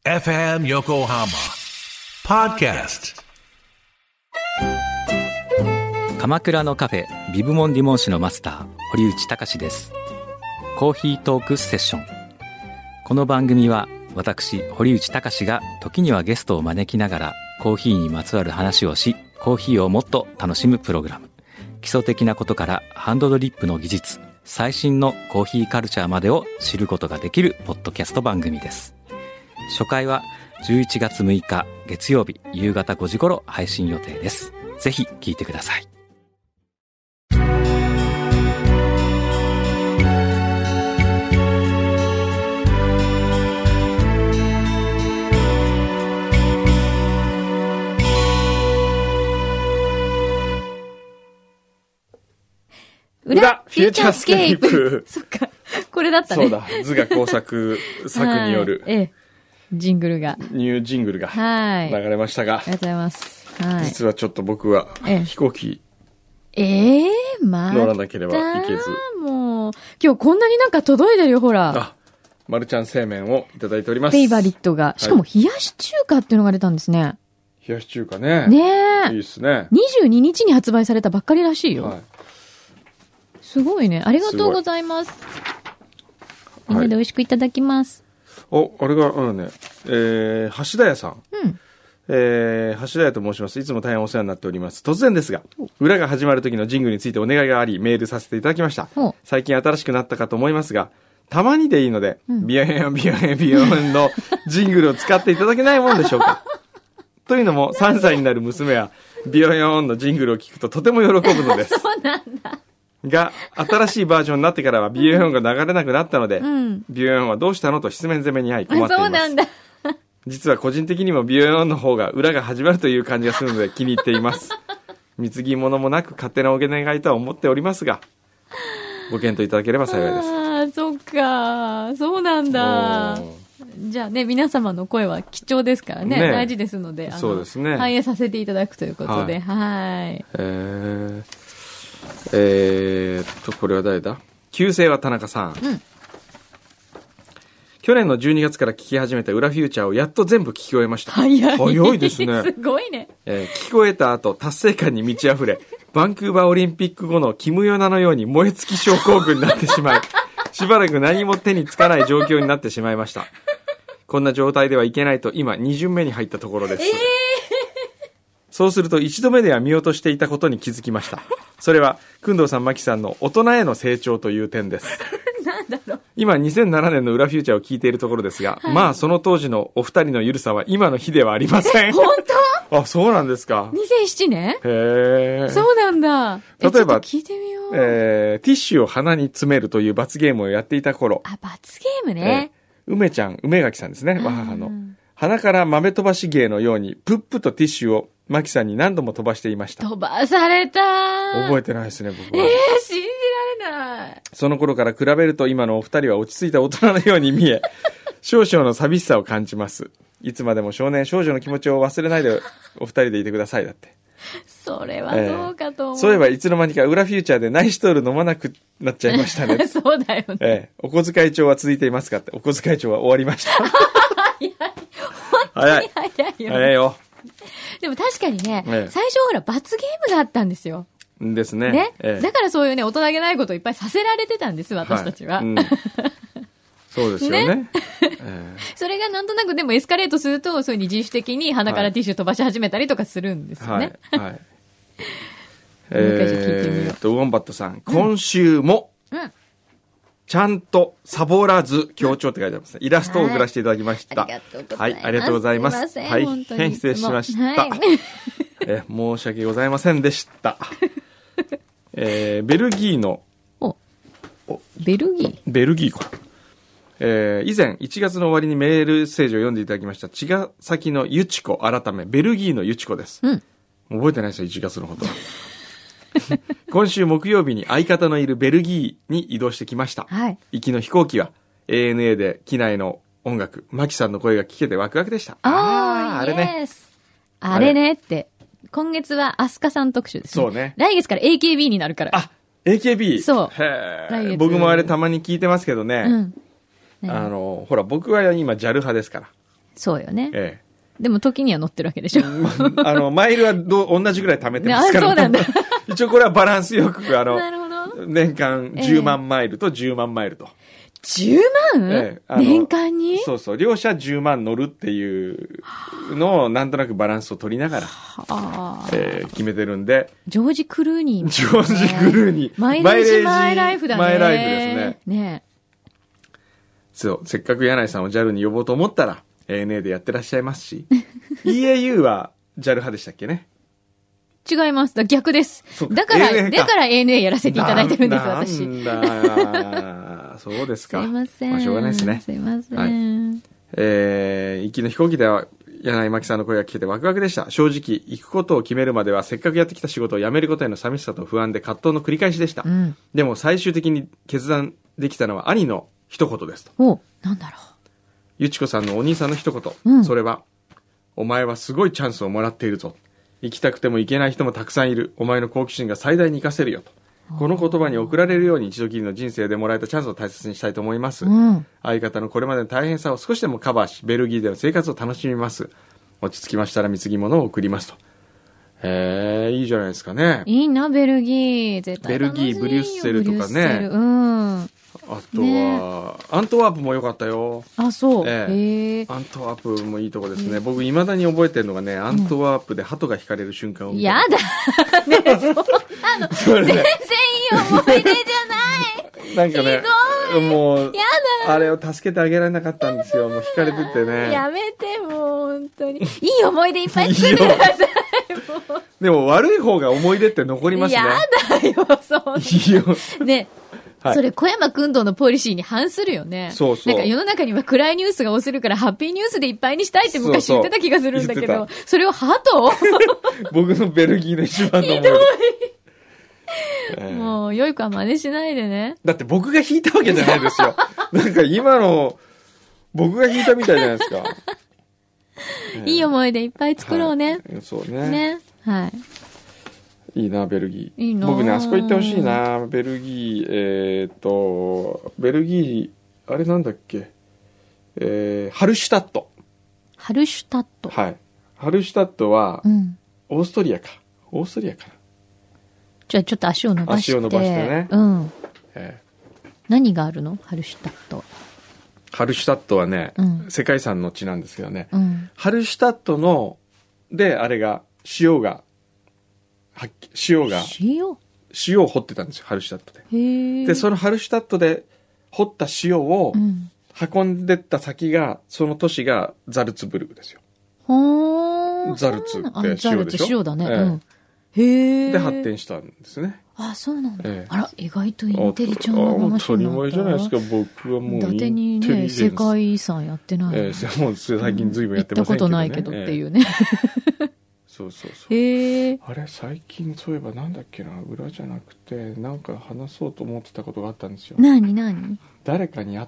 FM Yokohama Podcast。 鎌倉のカフェビブモンディモン市のマスター堀内隆です。コーヒートークセッション。この番組は私堀内隆が時にはゲストを招きながらコーヒーにまつわる話をし、コーヒーをもっと楽しむプログラム。基礎的なことからハンドドリップの技術、最新のコーヒーカルチャーまでを知ることができるポッドキャスト番組です。初回は11月6日月曜日夕方5時頃配信予定です。ぜひ聞いてください。 裏フューチャースケープ。 そっか。これだったね。 そうだ。図画工作作による、 ジングルが。 ニュージングルが流れましたが。 ありがとうございます。はい。 実はちょっと僕は飛行機乗らなければいけず。 もう、今日こんなになんか届いてるよ、ほら。 あ、マルちゃん製麺をいただいております。 フェイバリットが。しかも冷やし中華っていうのが出たんですね。 冷やし中華ね。 ねえ。 いいですね。 22日に発売されたばっかりらしいよ。 はい。 すごいね。ありがとうございます。みんなで美味しくいただきます。 お、あれが、橋田屋さん。橋田屋と申します。いつも大変お世話になっております。突然ですが、裏が始まる時のジングルについてお願いがあり、メールさせていただきました。最近新しくなったかと思いますが、たまにでいいので、ビヨヨンビヨヨンビヨヨンのジングルを使っていただけないもんでしょうか。というのも、3歳になる娘は、ビヨヨンのジングルを聞くととても喜ぶのです。 そうなんだ。 が、新しいバージョンになってからはビヨヨンが流れなくなったので、ビヨヨンはどうしたのと質問攻めに遭い困っています。 そうなんだ。 実は個人的にもビヨヨンの方が裏が始まるという感じがするので気に入っています。貢ぎ物もなく勝手なお願いとは思っておりますが、ご検討いただければ幸いです。 ああ、そっか。そうなんだ。じゃあね、皆様の声は貴重ですからね。大事ですので、 そうですね。 反映させていただくということで、はい。 これは誰だ？旧姓は田中さん。去年の12月から聞き始めた裏フューチャーをやっと全部聞き終えました。早いですね。 すごいね。 聞き終えた後、達成感に満ち溢れ、バンクーバーオリンピック後のキムヨナのように燃え尽き症候群になってしまい、しばらく何も手につかない状況になってしまいました。こんな状態ではいけないと今2巡目に入ったところです。そうすると1度目では見落としていたことに気づきました。それは、工藤さん、牧さんの大人への成長という点です。 なんだろう。 今、2007年の裏フューチャーを聞いているところですが、まあ、その当時のお二人のゆるさは今の日ではありません。 本当？ あ、そうなんですか。 2007年？ へー。 そうなんだ。 例えば、 聞いてみよう。 ティッシュを鼻に詰めるという罰ゲームをやっていた頃。 あ、罰ゲームね。 梅ちゃん、梅垣さんですね、我母の。鼻から豆飛ばし芸のように、プップとティッシュをマキさんに何度も飛ばしていました。 飛ばされた。 覚えてないですね、僕は。 信じられない。 その頃から比べると今のお二人は落ち着いた大人のように見え、少々の寂しさを感じます。いつまでも少年少女の気持ちを忘れないでお二人でいてください、だって。 それはどうかと思う。 そういえばいつの間にか裏フューチャーでナイシトール飲まなくなっちゃいましたね。 そうだよね。 お小遣い帳は続いていますかって。お小遣い帳は終わりました。 早いよ、ね。 早いよ。 でも確かにね、最初ほら罰ゲームがあったんですよ。 ですね。 だからそういうね、大人げないことをいっぱいさせられてたんです、私たちは。 そうですよね。 それがなんとなくでもエスカレートすると、そういう自主的に鼻からティッシュ飛ばし始めたりとかするんですよね。はい。もう一回じゃ聞いてみよう。 ウォンバットさん、今週も、ちゃんとサボらず強調って書いてあります。イラストを送らせていただきました。はい、ありがとうございます。はい、大変失礼しました。申し訳ございませんでした。ベルギーの、 ベルギーか。以前1月の終わりにメールセージを読んでいただきました茅ヶ崎のゆちこ改めベルギーのゆちこです、覚えてないですよ1月のことは。今週木曜日に相方のいるベルギーに移動してきました、行きの飛行機は ANA で機内の音楽マキさんの声が聞けてワクワクでした。 あれね、あれねって今月はアスカさん特集ですね。そうね。来月から AKB になるから。 あ、AKB。 そう。 来月僕もあれたまに聞いてますけどね。ほら僕は今 JAL 派ですから。 そうよね。 ええ。 でも時には乗ってるわけでしょ。 マイルは同じぐらい貯めてますから。 そうなんだ。 一応これはバランスよく、 なるほど。 年間10万マイルと10万マイルと。 10万、年間にそうそう。両者10万乗るっていうのをなんとなくバランスを取りながら、決めてるんで。 ジョージ・クルーニー、ね。 ジョージ・クルーニー。 マイレージマイライフだね。 マイライフですね。 ねそう。せっかく柳井さんを JAL に呼ぼうと思ったら、ANA でやってらっしゃいますし。EAU は JAL 派でしたっけね。 違います。逆です。だから ANA やらせていただいてるんです、私。 そうですか。 すいません。 まあ、しょうがないですね。 すいません。 はい。行きの飛行機では、柳井真紀さんの声が聞けてワクワクでした。正直、行くことを決めるまでは、せっかくやってきた仕事を辞めることへの寂しさと不安で葛藤の繰り返しでした。でも、最終的に決断できたのは兄の一言ですと。 なんだろう。 ゆちこさんのお兄さんの一言。それは、お前はすごいチャンスをもらっているぞ。行きたくても行けない人もたくさんいる。お前の好奇心が最大に活かせるよと。この言葉に送られるように一度きりの人生でもらえたチャンスを大切にしたいと思います。相方のこれまでの大変さを少しでもカバーし、ベルギーでの生活を楽しみます。落ち着きましたら貢ぎ物を送りますと。いいじゃないですかね。 いいな、ベルギー。絶対楽しいよ。 ベルギー、ブリュッセルとかね。あとは、アントワープも良かったよ。 あ、そう。 アントワープもいいとこですね。僕、未だに覚えてるのがね、アントワープで鳩が引かれる瞬間を見た。 やだね全然いい思い出じゃないなんかね、もう、あれを助けてあげられなかったんですよ。もう引かれててね。 やめて、もう、本当に。いい思い出いっぱい作ってください。 でも悪い方が思い出って残りますね。 やだよ、そう。 いいよ。 ね。それ、小山君堂のポリシーに反するよね。 そうそう。 なんか世の中には暗いニュースが多するから、ハッピーニュースでいっぱいにしたいって昔言ってた気がするんだけど、それを鳩僕のベルギーの一番の思い出。 もう、良い子は真似しないでね。 だって僕が弾いたわけじゃないですよ。なんか今の、僕が弾いたみたいじゃないですか。 いい思い出いっぱい作ろうね。 そうね。 ね。はい。 いいな、ベルギー。 いいな。 僕ね、あそこ行ってほしいな、ベルギー、ベルギー、あれなんだっけ、ハルシュタット。 ハルシュタット。 はい。ハルシュタットは、オーストリアか。オーストリアかな。 じゃあちょっと足を伸ばして。 足を伸ばしてね。 何があるのハルシュタット。 ハルシュタットはね、世界遺産の地なんですけどね。ハルシュタットの、で、あれが、塩を掘ってたんですよ、ハルシュタットで。で、そのハルシュタットで掘った塩を運んでった先が、その都市がザルツブルクですよ。ザルツって塩でしょ。 塩だね。で、 発展したんですね。 あ、そうなんだ。あら、意外とインテリちゃんの話になった。 当たり前じゃないですか、僕はもう。 伊達にね、世界遺産やってない。 もう最近随分やってませんけどね。 行ったことないけどっていうね。 そうそうそう。 あれ、最近そういえばなんだっけな、裏じゃなくて、なんか話そうと思ってたことがあったんですよ。 何誰かに会った、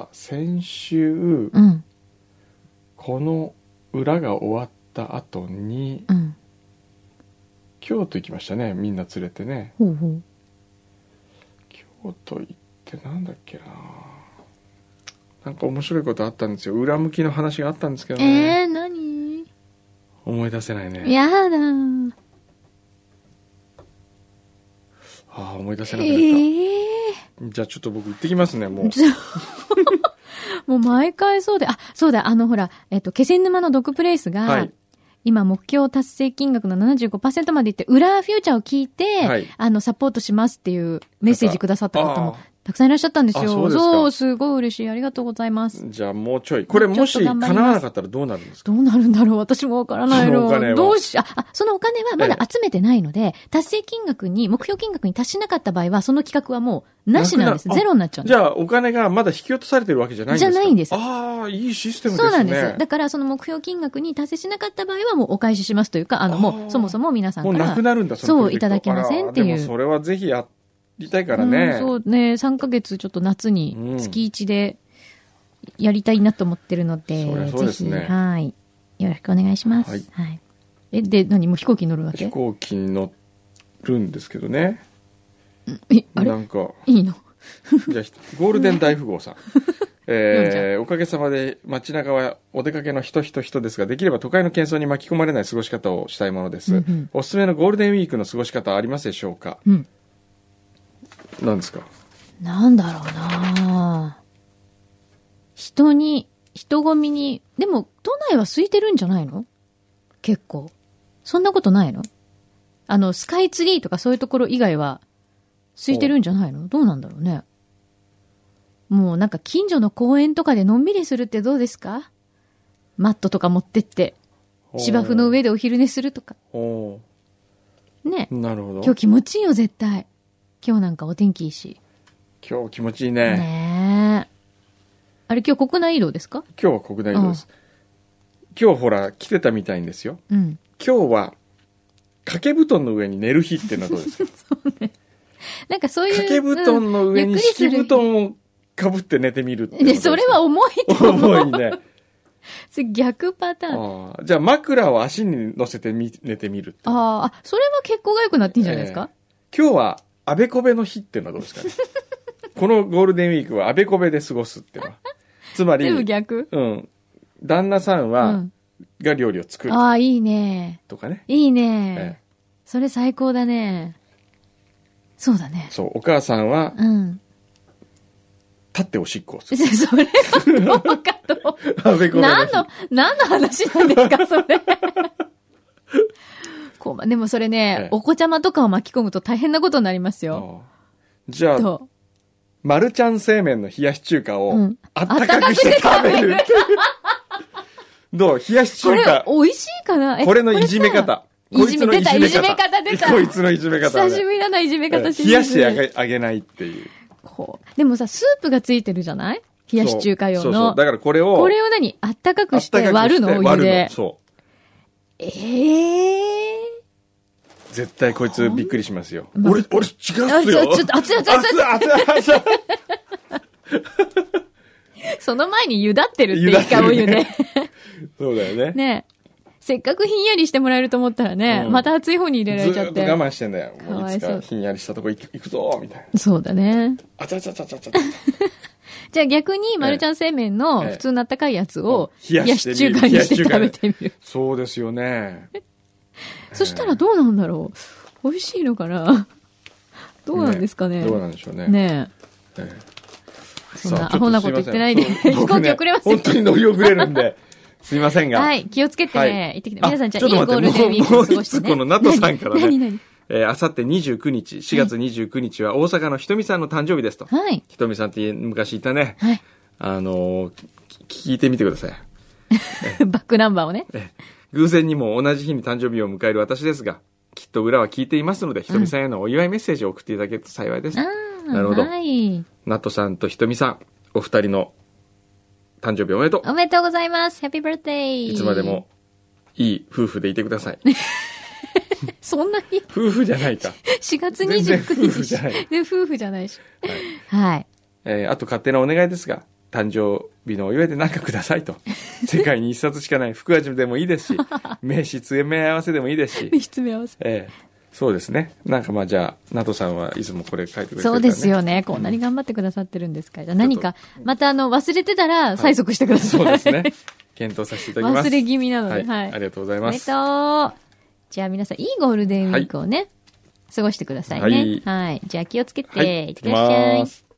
先週、この裏が終わった後に、京都行きましたね、みんな連れてね。京都行ってなんだっけな、なんか面白いことあったんですよ。裏向きの話があったんですけどね。 何？ 思い出せないね。 やだ。 思い出せなくなった。じゃあちょっと僕行ってきますね、もう。 もう毎回そうで、そうだ、ほら、気仙沼のドッグプレイスが、今目標達成金額の 75% までいって、裏フューチャーを聞いて、サポートしますっていうメッセージくださった方もたくさんいらっしゃったんですよ。そう、すごい嬉しい。ありがとうございます。 じゃあもうちょい。これもし叶わなかったらどうなるんですか？ どうなるんだろう、私もわからないの。そのお金はまだ集めてないので、達成金額に、目標金額に達しなかった場合は、その企画はもうなしなんです。ゼロになっちゃうんです。 じゃあお金がまだ引き落とされてるわけじゃないんですか？ じゃないんです。 いいシステムですね。 そうなんです。だからその目標金額に達成しなかった場合はもうお返ししますというか、もうそもそも皆さんから。 もうなくなるんだ、 そう、いただきませんっていう。 でもそれはぜひやりたいからね。 そうね、3ヶ月ちょっと夏に月1でやりたいなと思ってるので、 ぜひ、 はい。よろしくお願いします。はい。で、もう飛行機に乗るわけ？ 飛行機に乗るんですけどね。 あれ？ なんか。 いいの？ じゃあ、ゴールデン大富豪さん。 おかげさまで街中はお出かけの人ですが、できれば都会の喧騒に巻き込まれない過ごし方をしたいものです。うんうん、おすすめのゴールデンウィークの過ごし方ありますでしょうか？うん、何ですか？ なんだろうな、人混みに、でも都内は空いてるんじゃないの？結構。そんなことないの？スカイツリーとかそういうところ以外は空いてるんじゃないの？どうなんだろうね。もうなんか近所の公園とかでのんびりするってどうですか？マットとか持ってって芝生の上でお昼寝するとかね。 なるほど。 今日気持ちいいよ絶対。今日なんかお天気いいし。 今日気持ちいいね。 ねえ。あれ今日国内移動ですか？ 今日は国内移動です。今日ほら来てたみたいんですよ。うん、今日は掛け布団の上に寝る日っていうのはどうですか？そうね。なんかそういう掛け布団の上に敷布団をかぶって寝てみるって。 それは重いと思う。 重いね。 それ逆パターン。じゃあ枕を足に乗せて寝てみるって。 それは血行が良くなっていいんじゃないですか？ 今日はあべこべの日っていうのはどうですかね？このゴールデンウィークはあべこべで過ごすっていうのは。つまり、 全部逆？ うん。旦那さんは、が料理を作る。 いいね。 とかね。 いいね。それ最高だね。そうだね。 そう、お母さんは、立っておしっこをする。 それはどうかと。何の話なんですか、それ。でもそれね、お子ちゃまとかを巻き込むと大変なことになりますよ。 じゃあ、マルちゃん製麺の冷やし中華を、あったかくして食べる。どう？冷やし中華。 これ美味しいかな？ これのいじめ方。 いじめ方出た。 こいつのいじめ方。 久しぶりだな、いじめ方冷やしてあげないっていう。 でもさ、スープがついてるじゃない？冷やし中華用の。 そう。だからこれを何？あったかくして割るの？お湯で。 そう。絶対こいつびっくりしますよ。俺違うっすよ。 ちょっと熱い。その前に茹だってるって一回お湯で。 そうだよね。 ねせっかくひんやりしてもらえると思ったらね、また熱い方に入れられちゃって。 ずっと我慢してんだよ。もういつかひんやりしたとこ行くぞ、みたいな。 そうだね。 じゃあ逆に、マルちゃん製麺の普通のあったかいやつを、冷やし中華にして食べてみる。 そうですよね。 そしたらどうなんだろう？美味しいのかな？どうなんですかね？ どうなんでしょうね。 ねえ。そんなアホなこと言ってないで、飛行機遅れますよ。 本当に乗り遅れるんで。すいませんが。 はい、気をつけて行ってきて。皆さんじゃあいいゴールデンウィークを過ごしてね。 このナトさんからね。あさって29日、4月29日は大阪のひとみさんの誕生日ですと。はい。ひとみさんって昔いたね。はい。聞いてみてください。 バックナンバーをね。 偶然にも同じ日に誕生日を迎える私ですが、きっと裏は聞いていますので、ひとみさんへのお祝いメッセージを送っていただけると幸いです。なるほど。はい。ナトさんとひとみさん、お二人の誕生日おめでとう。 おめでとうございます。ハッピーバースデー。 いつまでもいい夫婦でいてください。 そんなに夫婦じゃないか。 4月29日。 夫婦じゃない。 で、夫婦じゃないし。はい。 あと勝手なお願いですが、誕生日のお祝いで何かくださいと。世界に一冊しかない福味でもいいですし、名刺詰め合わせでもいいですし。 名刺詰め合わせ。 そうですね。なんかじゃあ、ナトさんはいつもこれ書いてくれてるからね。 そうですよね。こんなに頑張ってくださってるんですから。じゃあ何か、また忘れてたら催促してください。 そうですね。検討させていただきます。 忘れ気味なので。 はい。ありがとうございます。 じゃあ皆さん、いいゴールデンウィークをね、過ごしてくださいね。はい。じゃあ気をつけて、いってらっしゃい。